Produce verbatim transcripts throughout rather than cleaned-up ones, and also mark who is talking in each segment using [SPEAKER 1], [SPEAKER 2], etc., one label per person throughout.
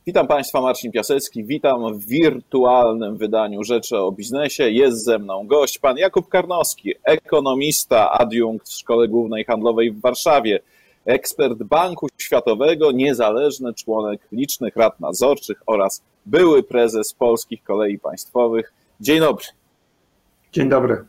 [SPEAKER 1] Witam Państwa, Marcin Piasecki, witam w wirtualnym wydaniu Rzeczy o Biznesie. Jest ze mną gość, pan Jakub Karnowski, ekonomista, adiunkt w Szkole Głównej Handlowej w Warszawie, ekspert Banku Światowego, niezależny członek licznych rad nadzorczych oraz były prezes Polskich Kolei Państwowych. Dzień dobry.
[SPEAKER 2] Dzień dobry.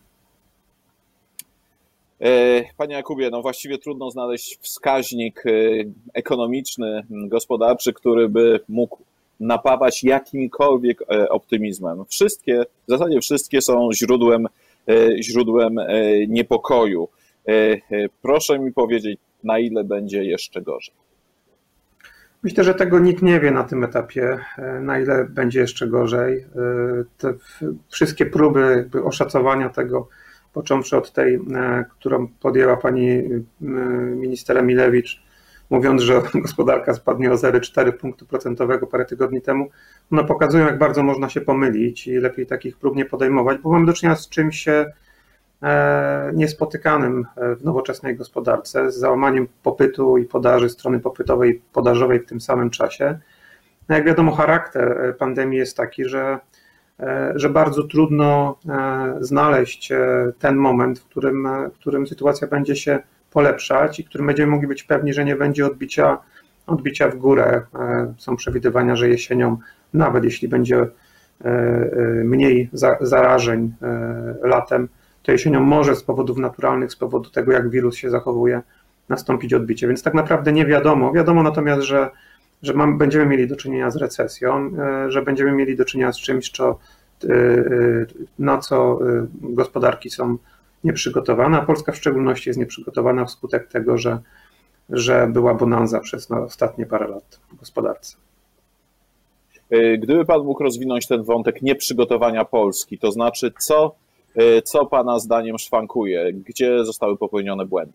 [SPEAKER 1] Panie Jakubie, no właściwie trudno znaleźć wskaźnik ekonomiczny, gospodarczy, który by mógł napawać jakimkolwiek optymizmem. Wszystkie, w zasadzie wszystkie są źródłem, źródłem niepokoju. Proszę mi powiedzieć, na ile będzie jeszcze gorzej?
[SPEAKER 2] Myślę, że tego nikt nie wie na tym etapie, na ile będzie jeszcze gorzej. Te wszystkie próby jakby oszacowania tego, począwszy od tej, którą podjęła pani minister Emilewicz, mówiąc, że gospodarka spadnie o zero przecinek cztery punktu procentowego parę tygodni temu, one pokazują, jak bardzo można się pomylić i lepiej takich prób nie podejmować, bo mamy do czynienia z czymś niespotykanym w nowoczesnej gospodarce, z załamaniem popytu i podaży, strony popytowej i podażowej w tym samym czasie. No jak wiadomo, charakter pandemii jest taki, że że bardzo trudno znaleźć ten moment, w którym, w którym sytuacja będzie się polepszać i w którym będziemy mogli być pewni, że nie będzie odbicia, odbicia w górę. Są przewidywania, że jesienią, nawet jeśli będzie mniej zarażeń latem, to jesienią może z powodów naturalnych, z powodu tego, jak wirus się zachowuje, nastąpić odbicie. Więc tak naprawdę nie wiadomo. Wiadomo natomiast, że że mam, będziemy mieli do czynienia z recesją, że będziemy mieli do czynienia z czymś, co, na co gospodarki są nieprzygotowane, a Polska w szczególności jest nieprzygotowana wskutek tego, że, że była bonanza przez no, ostatnie parę lat w gospodarce.
[SPEAKER 1] Gdyby pan mógł rozwinąć ten wątek nieprzygotowania Polski, to znaczy co, co pana zdaniem szwankuje, gdzie zostały popełnione błędy?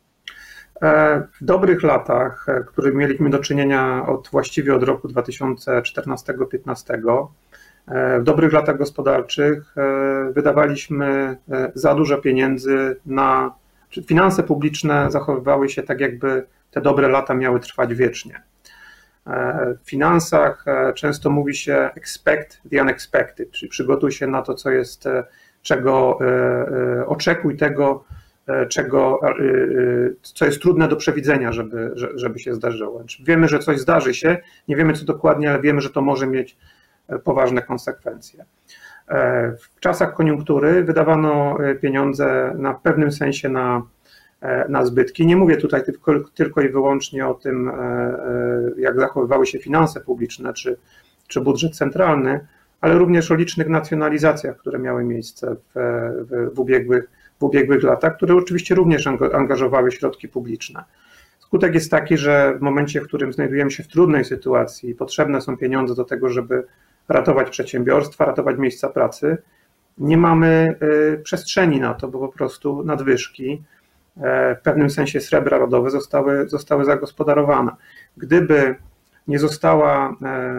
[SPEAKER 2] W dobrych latach, w których mieliśmy do czynienia od właściwie od roku dwa tysiące czternastego do dwa tysiące piętnastego, w dobrych latach gospodarczych wydawaliśmy za dużo pieniędzy na, czy finanse publiczne zachowywały się tak, jakby te dobre lata miały trwać wiecznie. W finansach często mówi się expect the unexpected, czyli przygotuj się na to, co jest, czego oczekuj tego, czego, co jest trudne do przewidzenia, żeby, żeby się zdarzyło. Wiemy, że coś zdarzy się, nie wiemy co dokładnie, ale wiemy, że to może mieć poważne konsekwencje. W czasach koniunktury wydawano pieniądze na w pewnym sensie na, na zbytki. Nie mówię tutaj tylko, tylko i wyłącznie o tym, jak zachowywały się finanse publiczne czy, czy budżet centralny, ale również o licznych nacjonalizacjach, które miały miejsce w, w, w ubiegłych w ubiegłych latach, które oczywiście również angażowały środki publiczne. Skutek jest taki, że w momencie, w którym znajdujemy się w trudnej sytuacji i potrzebne są pieniądze do tego, żeby ratować przedsiębiorstwa, ratować miejsca pracy, nie mamy przestrzeni na to, bo po prostu nadwyżki, w pewnym sensie srebra rodowe zostały, zostały zagospodarowane. Gdyby nie została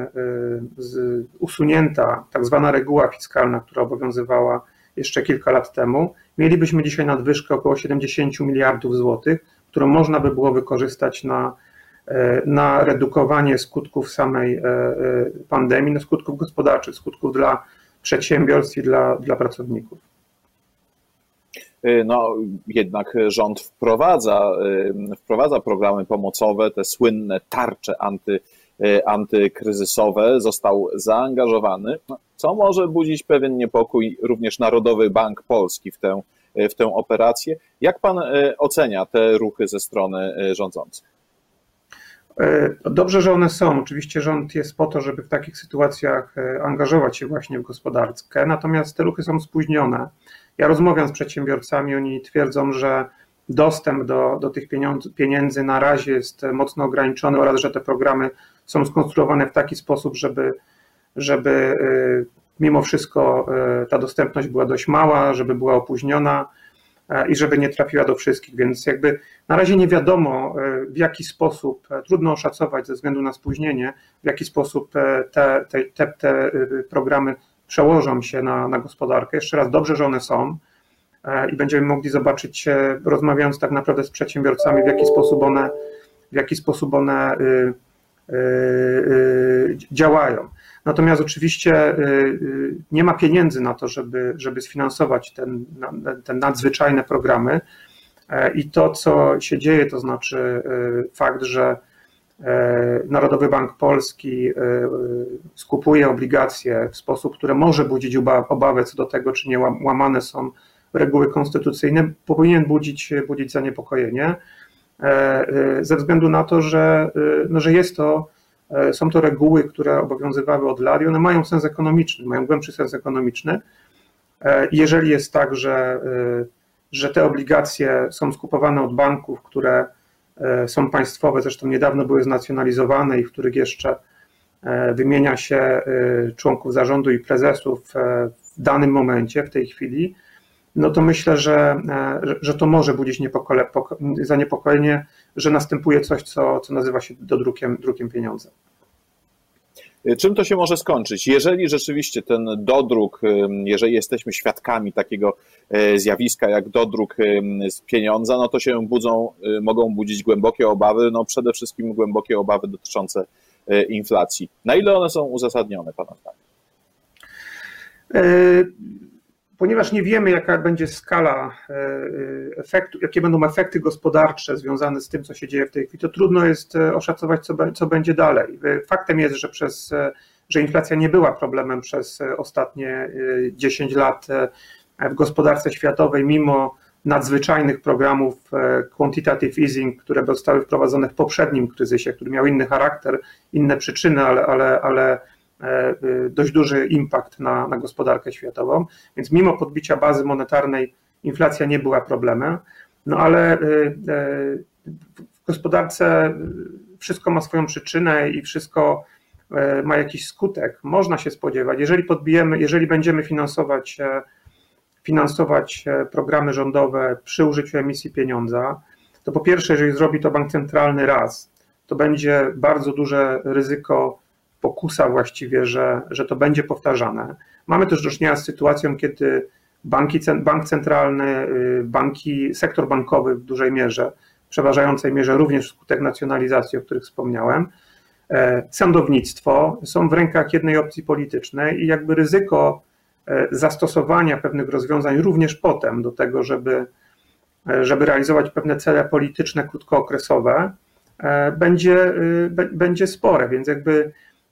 [SPEAKER 2] usunięta tak zwana reguła fiskalna, która obowiązywała jeszcze kilka lat temu, mielibyśmy dzisiaj nadwyżkę około siedemdziesiąt miliardów złotych, którą można by było wykorzystać na, na redukowanie skutków samej pandemii, no skutków gospodarczych, skutków dla przedsiębiorstw i dla, dla pracowników.
[SPEAKER 1] No jednak rząd wprowadza, wprowadza programy pomocowe, te słynne tarcze anty, antykryzysowe, został zaangażowany, co może budzić pewien niepokój również Narodowy Bank Polski w tę, w tę operację. Jak pan ocenia te ruchy ze strony rządzących?
[SPEAKER 2] Dobrze, że one są. Oczywiście rząd jest po to, żeby w takich sytuacjach angażować się właśnie w gospodarkę, natomiast te ruchy są spóźnione. Ja rozmawiam z przedsiębiorcami, oni twierdzą, że dostęp do, do tych pieniądz, pieniędzy na razie jest mocno ograniczony oraz że te programy są skonstruowane w taki sposób, żeby, żeby mimo wszystko ta dostępność była dość mała, żeby była opóźniona i żeby nie trafiła do wszystkich, więc jakby na razie nie wiadomo, w jaki sposób, trudno oszacować ze względu na spóźnienie, w jaki sposób te, te, te, te programy przełożą się na, na gospodarkę. Jeszcze raz, dobrze, że one są i będziemy mogli zobaczyć, rozmawiając tak naprawdę z przedsiębiorcami, w jaki sposób one, w jaki sposób one działają. Natomiast oczywiście nie ma pieniędzy na to, żeby, żeby sfinansować ten, te nadzwyczajne programy i to, co się dzieje, to znaczy fakt, że Narodowy Bank Polski skupuje obligacje w sposób, który może budzić obawę co do tego, czy nie łamane są reguły konstytucyjne, powinien budzić, budzić zaniepokojenie ze względu na to, że, no, że jest to, są to reguły, które obowiązywały od lat i one mają sens ekonomiczny, mają głębszy sens ekonomiczny. Jeżeli jest tak, że, że te obligacje są skupowane od banków, które są państwowe, zresztą niedawno były znacjonalizowane i w których jeszcze wymienia się członków zarządu i prezesów w danym momencie, w tej chwili, no to myślę, że, że to może budzić zaniepokojenie, że następuje coś, co, co nazywa się dodrukiem, drukiem pieniądza.
[SPEAKER 1] Czym to się może skończyć? Jeżeli rzeczywiście ten dodruk, jeżeli jesteśmy świadkami takiego zjawiska jak dodruk z pieniądza, no to się budzą, mogą budzić głębokie obawy, no przede wszystkim głębokie obawy dotyczące inflacji. Na ile one są uzasadnione, Pana zdaniem?
[SPEAKER 2] Ponieważ nie wiemy, jaka będzie skala efektu, jakie będą efekty gospodarcze związane z tym, co się dzieje w tej chwili, to trudno jest oszacować, co, co będzie dalej. Faktem jest, że, przez, że inflacja nie była problemem przez ostatnie dziesięć lat w gospodarce światowej, mimo nadzwyczajnych programów quantitative easing, które zostały wprowadzone w poprzednim kryzysie, który miał inny charakter, inne przyczyny, ale, ale, ale dość duży impact na, na gospodarkę światową, więc mimo podbicia bazy monetarnej inflacja nie była problemem, no ale w gospodarce wszystko ma swoją przyczynę i wszystko ma jakiś skutek. Można się spodziewać, jeżeli podbijemy, jeżeli będziemy finansować, finansować programy rządowe przy użyciu emisji pieniądza, to po pierwsze, jeżeli zrobi to bank centralny raz, to będzie bardzo duże ryzyko, pokusa właściwie, że, że to będzie powtarzane. Mamy też do czynienia z sytuacją, kiedy banki, bank centralny, banki, sektor bankowy w dużej mierze, w przeważającej mierze również wskutek nacjonalizacji, o których wspomniałem, sądownictwo są w rękach jednej opcji politycznej i jakby ryzyko zastosowania pewnych rozwiązań również potem do tego, żeby, żeby realizować pewne cele polityczne krótkookresowe, będzie, będzie spore, więc jakby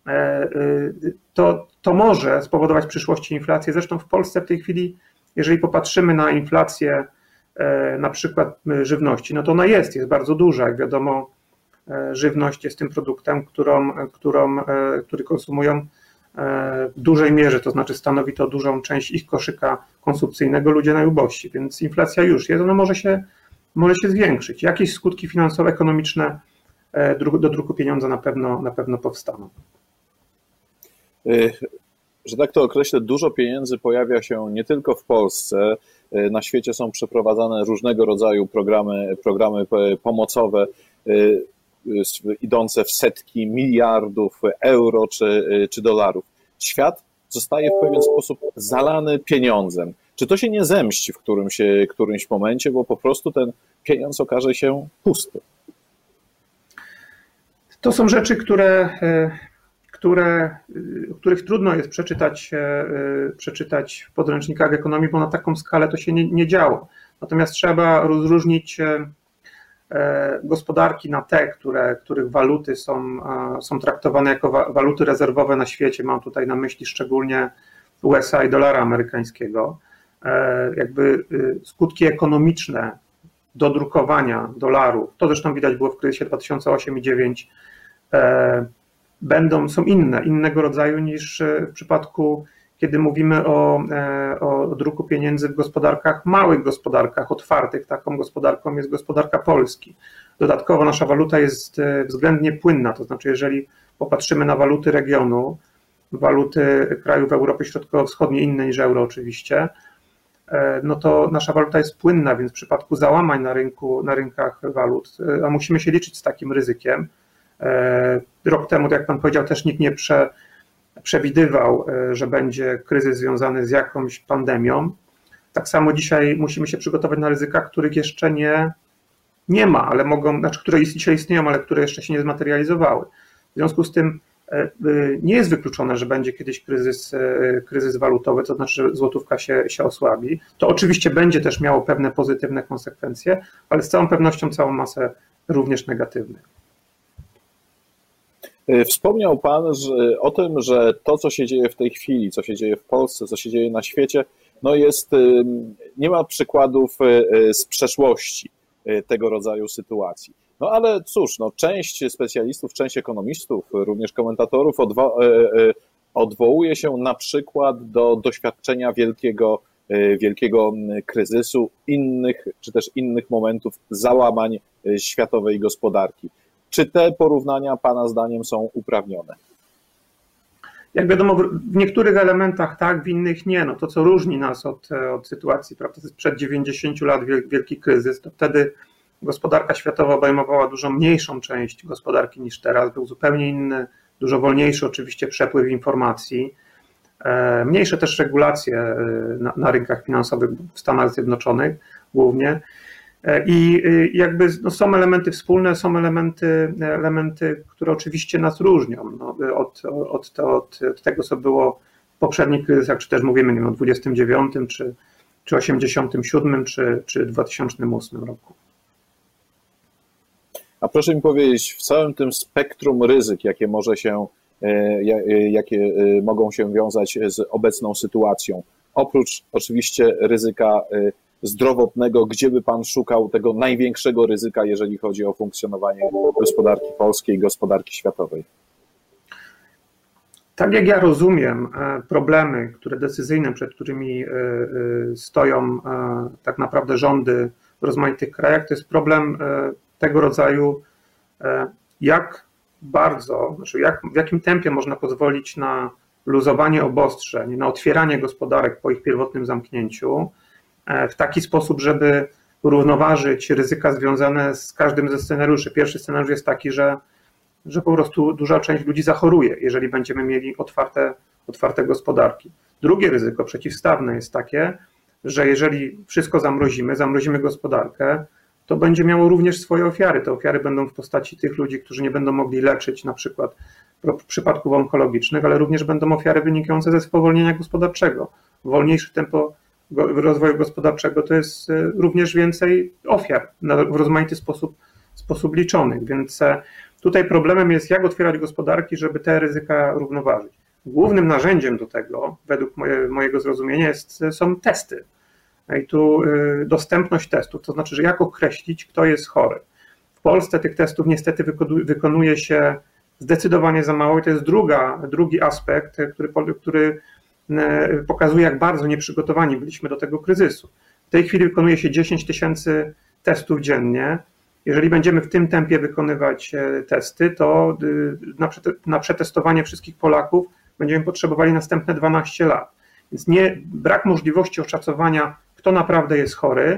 [SPEAKER 2] To, to może spowodować w przyszłości inflację. Zresztą w Polsce w tej chwili, jeżeli popatrzymy na inflację na przykład żywności, no to ona jest, jest bardzo duża. Jak wiadomo, żywność jest tym produktem, którą, którą, który konsumują w dużej mierze, to znaczy stanowi to dużą część ich koszyka konsumpcyjnego ludzie najubożsi, więc inflacja już jest, ona może się, może się zwiększyć. Jakieś skutki finansowe, ekonomiczne do druku pieniądza na pewno, na pewno powstaną.
[SPEAKER 1] Że tak to określę, dużo pieniędzy pojawia się nie tylko w Polsce. Na świecie są przeprowadzane różnego rodzaju programy, programy pomocowe idące w setki miliardów euro czy, czy dolarów. Świat zostaje w pewien sposób zalany pieniądzem. Czy to się nie zemści w którymś, którymś momencie, bo po prostu ten pieniądz okaże się pusty?
[SPEAKER 2] To są rzeczy, które... Które, których trudno jest przeczytać, przeczytać w podręcznikach ekonomii, bo na taką skalę to się nie, nie działo. Natomiast trzeba rozróżnić gospodarki na te, które, których waluty są, są traktowane jako waluty rezerwowe na świecie. Mam tutaj na myśli szczególnie U S A i dolara amerykańskiego. Jakby skutki ekonomiczne dodrukowania dolarów, to zresztą widać było w kryzysie dwa tysiące ósmym i dwa tysiące dziewiątym, będą, są inne, innego rodzaju niż w przypadku, kiedy mówimy o, o druku pieniędzy w gospodarkach, małych gospodarkach, otwartych. Taką gospodarką jest gospodarka Polski. Dodatkowo nasza waluta jest względnie płynna, to znaczy jeżeli popatrzymy na waluty regionu, waluty krajów Europy Środkowo-Wschodniej, inne niż euro oczywiście, no to nasza waluta jest płynna, więc w przypadku załamań na rynku, na rynkach walut, a musimy się liczyć z takim ryzykiem. Rok temu, jak pan powiedział, też nikt nie prze, przewidywał, że będzie kryzys związany z jakąś pandemią. Tak samo dzisiaj musimy się przygotować na ryzyka, których jeszcze nie, nie ma, ale mogą, znaczy które dzisiaj istnieją, ale które jeszcze się nie zmaterializowały. W związku z tym nie jest wykluczone, że będzie kiedyś kryzys, kryzys walutowy, to znaczy, że złotówka się, się osłabi. To oczywiście będzie też miało pewne pozytywne konsekwencje, ale z całą pewnością całą masę również negatywnych.
[SPEAKER 1] Wspomniał Pan że, o tym, że to, co się dzieje w tej chwili, co się dzieje w Polsce, co się dzieje na świecie, no jest, nie ma przykładów z przeszłości tego rodzaju sytuacji. No ale cóż, no, część specjalistów, część ekonomistów, również komentatorów odwo odwołuje się na przykład do doświadczenia wielkiego, wielkiego kryzysu, innych, czy też innych momentów załamań światowej gospodarki. Czy te porównania Pana zdaniem są uprawnione?
[SPEAKER 2] Jak wiadomo, w niektórych elementach tak, w innych nie. No to, co różni nas od, od sytuacji, prawda, sprzed dziewięćdziesięciu lat wielki kryzys, to wtedy gospodarka światowa obejmowała dużo mniejszą część gospodarki niż teraz, był zupełnie inny, dużo wolniejszy oczywiście przepływ informacji, mniejsze też regulacje na, na rynkach finansowych w Stanach Zjednoczonych głównie. I jakby no są elementy wspólne, są elementy, elementy, które oczywiście nas różnią no, od, od, od, od tego, co było w poprzednich kryzysach, czy też mówimy nie wiem, o dwudziestym dziewiątym, czy, czy osiemdziesiątym siódmym, czy, czy dwutysięcznym ósmym roku.
[SPEAKER 1] A proszę mi powiedzieć, w całym tym spektrum ryzyk, jakie może się, jakie mogą się wiązać z obecną sytuacją, oprócz oczywiście ryzyka zdrowotnego, gdzie by Pan szukał tego największego ryzyka, jeżeli chodzi o funkcjonowanie gospodarki polskiej, gospodarki światowej?
[SPEAKER 2] Tak jak ja rozumiem problemy, które decyzyjne, przed którymi stoją tak naprawdę rządy w rozmaitych krajach, to jest problem tego rodzaju, jak bardzo, znaczy jak, w jakim tempie można pozwolić na luzowanie obostrzeń, na otwieranie gospodarek po ich pierwotnym zamknięciu, w taki sposób, żeby równoważyć ryzyka związane z każdym ze scenariuszy. Pierwszy scenariusz jest taki, że, że po prostu duża część ludzi zachoruje, jeżeli będziemy mieli otwarte, otwarte gospodarki. Drugie ryzyko przeciwstawne jest takie, że jeżeli wszystko zamrozimy, zamrozimy gospodarkę, to będzie miało również swoje ofiary. Te ofiary będą w postaci tych ludzi, którzy nie będą mogli leczyć na przykład przypadków onkologicznych, ale również będą ofiary wynikające ze spowolnienia gospodarczego. Wolniejsze tempo rozwoju gospodarczego to jest również więcej ofiar w rozmaity sposób, sposób liczonych. Więc tutaj problemem jest, jak otwierać gospodarki, żeby te ryzyka równoważyć. Głównym narzędziem do tego, według moje, mojego zrozumienia, jest, są testy. I tu dostępność testów, to znaczy, że jak określić, kto jest chory. W Polsce tych testów niestety wykonuje się zdecydowanie za mało i to jest druga, drugi aspekt, który, który pokazuje, jak bardzo nieprzygotowani byliśmy do tego kryzysu. W tej chwili wykonuje się dziesięć tysięcy testów dziennie. Jeżeli będziemy w tym tempie wykonywać testy, to na przetestowanie wszystkich Polaków będziemy potrzebowali następne dwanaście lat. Więc nie, brak możliwości oszacowania, kto naprawdę jest chory,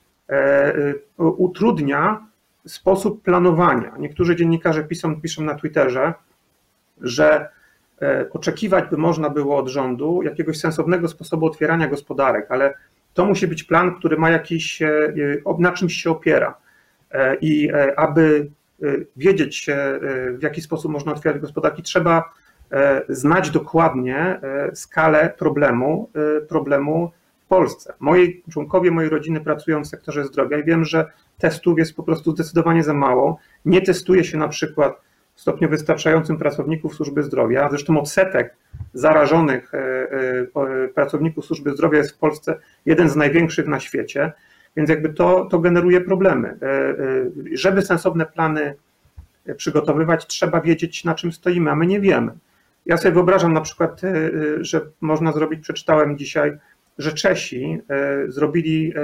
[SPEAKER 2] utrudnia sposób planowania. Niektórzy dziennikarze piszą, piszą na Twitterze, że oczekiwać by można było od rządu jakiegoś sensownego sposobu otwierania gospodarek, ale to musi być plan, który ma jakiś, na czymś się opiera. I aby wiedzieć, w jaki sposób można otwierać gospodarki, trzeba znać dokładnie skalę problemu, problemu w Polsce. Moi członkowie mojej rodziny pracują w sektorze zdrowia i wiem, że testów jest po prostu zdecydowanie za mało. Nie testuje się na przykład w stopniu wystarczającym pracowników służby zdrowia. Zresztą odsetek zarażonych pracowników służby zdrowia jest w Polsce jeden z największych na świecie, więc jakby to, to generuje problemy. Żeby sensowne plany przygotowywać, trzeba wiedzieć, na czym stoimy, a my nie wiemy. Ja sobie wyobrażam na przykład, że można zrobić, przeczytałem dzisiaj, że Czesi zrobili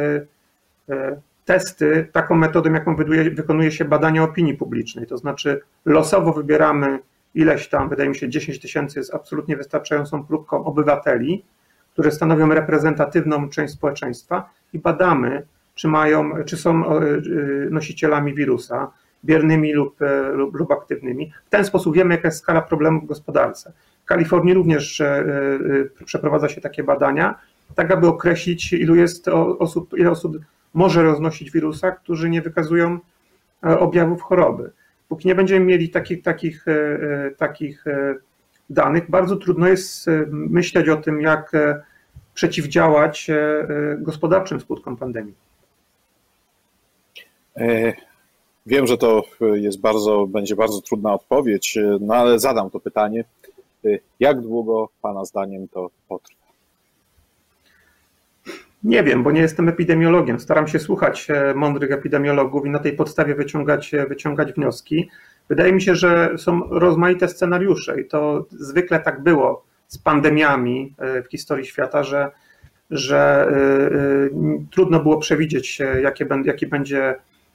[SPEAKER 2] testy taką metodą, jaką wykonuje się badania opinii publicznej, to znaczy losowo wybieramy ileś tam, wydaje mi się dziesięć tysięcy jest absolutnie wystarczającą próbką obywateli, które stanowią reprezentatywną część społeczeństwa i badamy, czy mają, czy są nosicielami wirusa, biernymi lub, lub, lub aktywnymi. W ten sposób wiemy, jaka jest skala problemów w gospodarce. W Kalifornii również przeprowadza się takie badania, tak aby określić, ilu jest osób, ile osób może roznosić wirusa, którzy nie wykazują objawów choroby. póki nie będziemy mieli takich, takich, takich danych, bardzo trudno jest myśleć o tym, jak przeciwdziałać gospodarczym skutkom pandemii.
[SPEAKER 1] Wiem, że to jest bardzo, będzie bardzo trudna odpowiedź, no ale zadam to pytanie. Jak długo Pana zdaniem to potrwa?
[SPEAKER 2] Nie wiem, bo nie jestem epidemiologiem. Staram się słuchać mądrych epidemiologów i na tej podstawie wyciągać, wyciągać wnioski. Wydaje mi się, że są rozmaite scenariusze i to zwykle tak było z pandemiami w historii świata, że, że trudno było przewidzieć, jakie, jaki będzie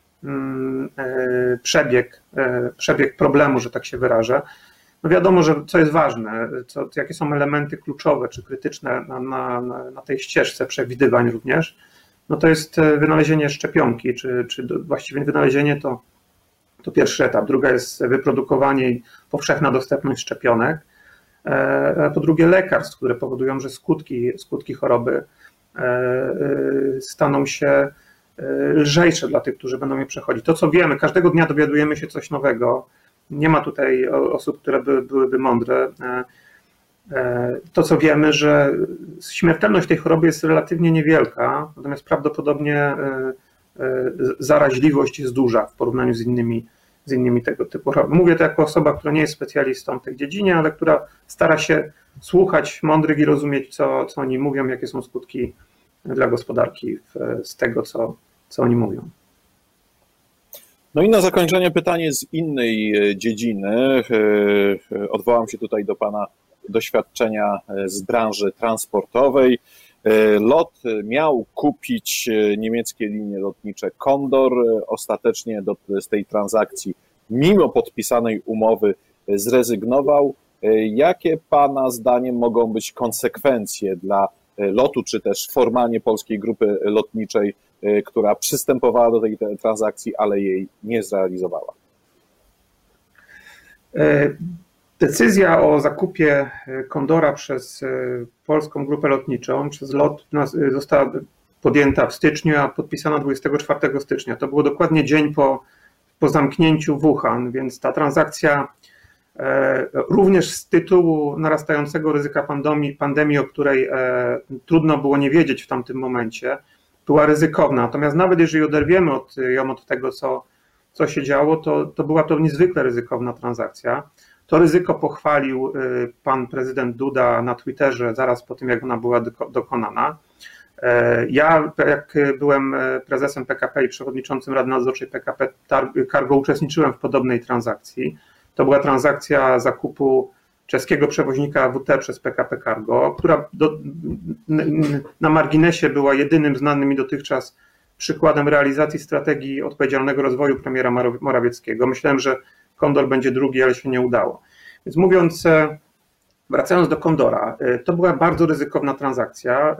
[SPEAKER 2] przebieg, przebieg problemu, że tak się wyrażę. No wiadomo, że co jest ważne, co, jakie są elementy kluczowe czy krytyczne na, na, na tej ścieżce przewidywań również, no to jest wynalezienie szczepionki, czy, czy właściwie wynalezienie to, to pierwszy etap. Druga jest wyprodukowanie i powszechna dostępność szczepionek. A po drugie lekarstw, które powodują, że skutki, skutki choroby staną się lżejsze dla tych, którzy będą je przechodzić. To, co wiemy, każdego dnia dowiadujemy się coś nowego. Nie ma tutaj osób, które by, byłyby mądre. To, co wiemy, że śmiertelność tej choroby jest relatywnie niewielka, natomiast prawdopodobnie zaraźliwość jest duża w porównaniu z innymi, z innymi tego typu chorobami. Mówię to jako osoba, która nie jest specjalistą w tej dziedzinie, ale która stara się słuchać mądrych i rozumieć, co, co oni mówią, jakie są skutki dla gospodarki z tego, co, co oni mówią.
[SPEAKER 1] No i na zakończenie pytanie z innej dziedziny. Odwołam się tutaj do Pana doświadczenia z branży transportowej. LOT miał kupić niemieckie linie lotnicze Condor. Ostatecznie do, z tej transakcji, mimo podpisanej umowy, zrezygnował. Jakie Pana zdaniem mogą być konsekwencje dla LOT-u, czy też formalnie Polskiej Grupy Lotniczej, która przystępowała do tej transakcji, ale jej nie zrealizowała?
[SPEAKER 2] Decyzja o zakupie Condora przez Polską Grupę Lotniczą, przez LOT, została podjęta w styczniu, a podpisana dwudziestego czwartego stycznia. To było dokładnie dzień po, po zamknięciu Wuhan, więc ta transakcja również z tytułu narastającego ryzyka pandemii, pandemii, o której trudno było nie wiedzieć w tamtym momencie, była ryzykowna. Natomiast nawet jeżeli oderwiemy od, ją od tego, co, co się działo, to, to była to niezwykle ryzykowna transakcja. To ryzyko pochwalił pan prezydent Duda na Twitterze zaraz po tym, jak ona była dokonana. Ja, jak byłem prezesem P K P i przewodniczącym Rady Nadzorczej P K P Cargo, uczestniczyłem w podobnej transakcji. To była transakcja zakupu czeskiego przewoźnika W T przez P K P Cargo, która do, na marginesie była jedynym znanym mi dotychczas przykładem realizacji strategii odpowiedzialnego rozwoju premiera Morawieckiego. Myślałem, że Condor będzie drugi, ale się nie udało. Więc mówiąc, wracając do Condora, to była bardzo ryzykowna transakcja.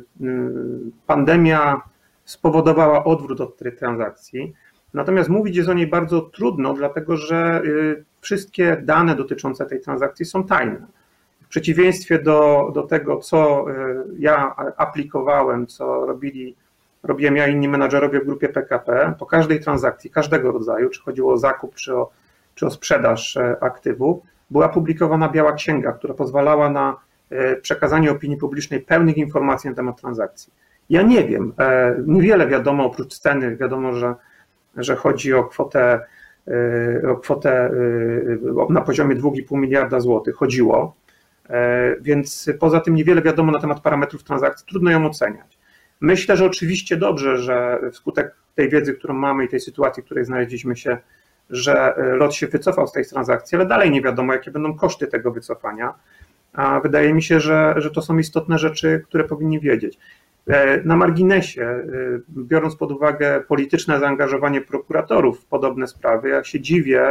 [SPEAKER 2] Pandemia spowodowała odwrót od tej transakcji. Natomiast mówić jest o niej bardzo trudno, dlatego że wszystkie dane dotyczące tej transakcji są tajne. W przeciwieństwie do, do tego, co ja aplikowałem, co robili, robiłem ja i inni menadżerowie w grupie P K P, po każdej transakcji, każdego rodzaju, czy chodziło o zakup, czy o, czy o sprzedaż aktywów, była publikowana biała księga, która pozwalała na przekazanie opinii publicznej pełnych informacji na temat transakcji. Ja nie wiem, niewiele wiadomo oprócz ceny, wiadomo, że że chodzi o kwotę, o kwotę na poziomie dwa i pół miliarda złotych, chodziło, więc poza tym niewiele wiadomo na temat parametrów transakcji, trudno ją oceniać. Myślę, że oczywiście dobrze, że wskutek tej wiedzy, którą mamy i tej sytuacji, w której znaleźliśmy się, że LOT się wycofał z tej transakcji, ale dalej nie wiadomo, jakie będą koszty tego wycofania, a wydaje mi się, że, że to są istotne rzeczy, które powinni wiedzieć. Na marginesie, biorąc pod uwagę polityczne zaangażowanie prokuratorów w podobne sprawy, ja się dziwię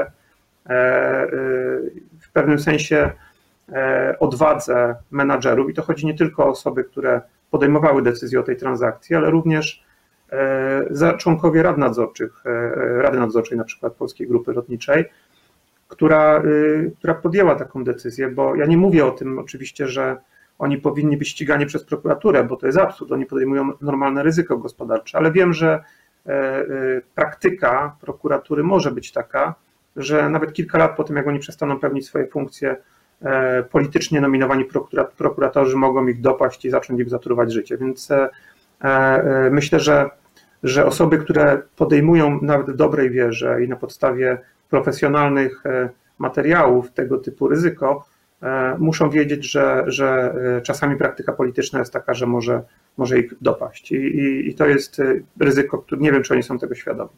[SPEAKER 2] w pewnym sensie odwadze menadżerów i to chodzi nie tylko o osoby, które podejmowały decyzje o tej transakcji, ale również za członkowie rad nadzorczych, Rady Nadzorczej na przykład Polskiej Grupy Lotniczej, która, która podjęła taką decyzję, bo ja nie mówię o tym oczywiście, że oni powinni być ścigani przez prokuraturę, bo to jest absurd, oni podejmują normalne ryzyko gospodarcze, ale wiem, że praktyka prokuratury może być taka, że nawet kilka lat po tym, jak oni przestaną pełnić swoje funkcje, politycznie nominowani prokuratorzy mogą ich dopaść i zacząć im zatruwać życie. Więc myślę, że, że osoby, które podejmują nawet w dobrej wierze i na podstawie profesjonalnych materiałów tego typu ryzyko, muszą wiedzieć, że, że czasami praktyka polityczna jest taka, że może, może ich dopaść. I, i, i to jest ryzyko, które nie wiem, czy oni są tego świadomi.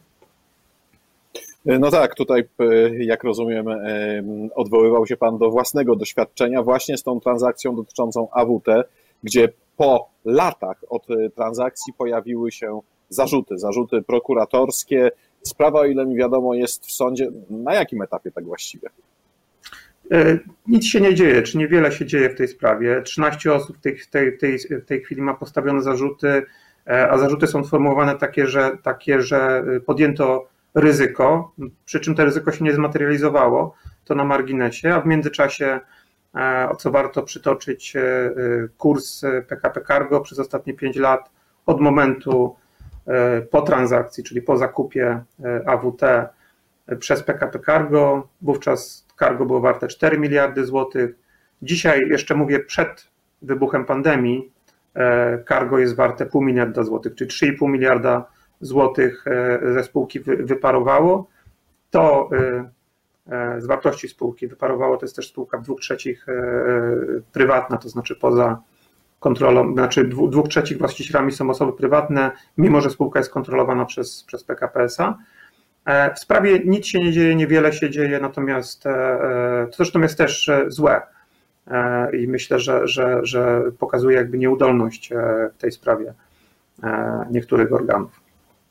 [SPEAKER 1] No tak, tutaj, jak rozumiem, odwoływał się Pan do własnego doświadczenia właśnie z tą transakcją dotyczącą A W T, gdzie po latach od transakcji pojawiły się zarzuty, zarzuty prokuratorskie. Sprawa, o ile mi wiadomo, jest w sądzie. Na jakim etapie tak właściwie?
[SPEAKER 2] Nic się nie dzieje, czy niewiele się dzieje w tej sprawie. trzynaście osób w tej, w tej, w tej, w tej chwili ma postawione zarzuty, a zarzuty są sformułowane takie, że, takie, że podjęto ryzyko, przy czym to ryzyko się nie zmaterializowało, to na marginesie, a w międzyczasie, o co warto przytoczyć, kurs P K P Cargo przez ostatnie pięć lat od momentu po transakcji, czyli po zakupie A W T przez P K P Cargo, wówczas cargo było warte cztery miliardy złotych. Dzisiaj, jeszcze mówię przed wybuchem pandemii, cargo jest warte pół miliarda złotych, czyli trzy i pół miliarda złotych ze spółki wyparowało. To z wartości spółki wyparowało, to jest też spółka w dwóch trzecich prywatna, to znaczy poza kontrolą, znaczy dwóch trzecich właścicielami są osoby prywatne, mimo że spółka jest kontrolowana przez, przez P K P S A. W sprawie nic się nie dzieje, niewiele się dzieje, natomiast to zresztą jest też złe i myślę, że, że, że pokazuje jakby nieudolność w tej sprawie niektórych organów.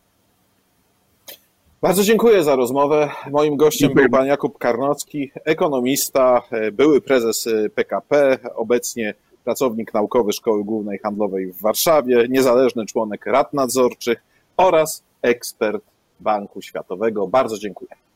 [SPEAKER 1] Bardzo dziękuję za rozmowę. Moim gościem dziękuję. Był pan Jakub Karnowski, ekonomista, były prezes P K P, obecnie pracownik naukowy Szkoły Głównej Handlowej w Warszawie, niezależny członek rad nadzorczych oraz ekspert Banku Światowego. Bardzo dziękuję.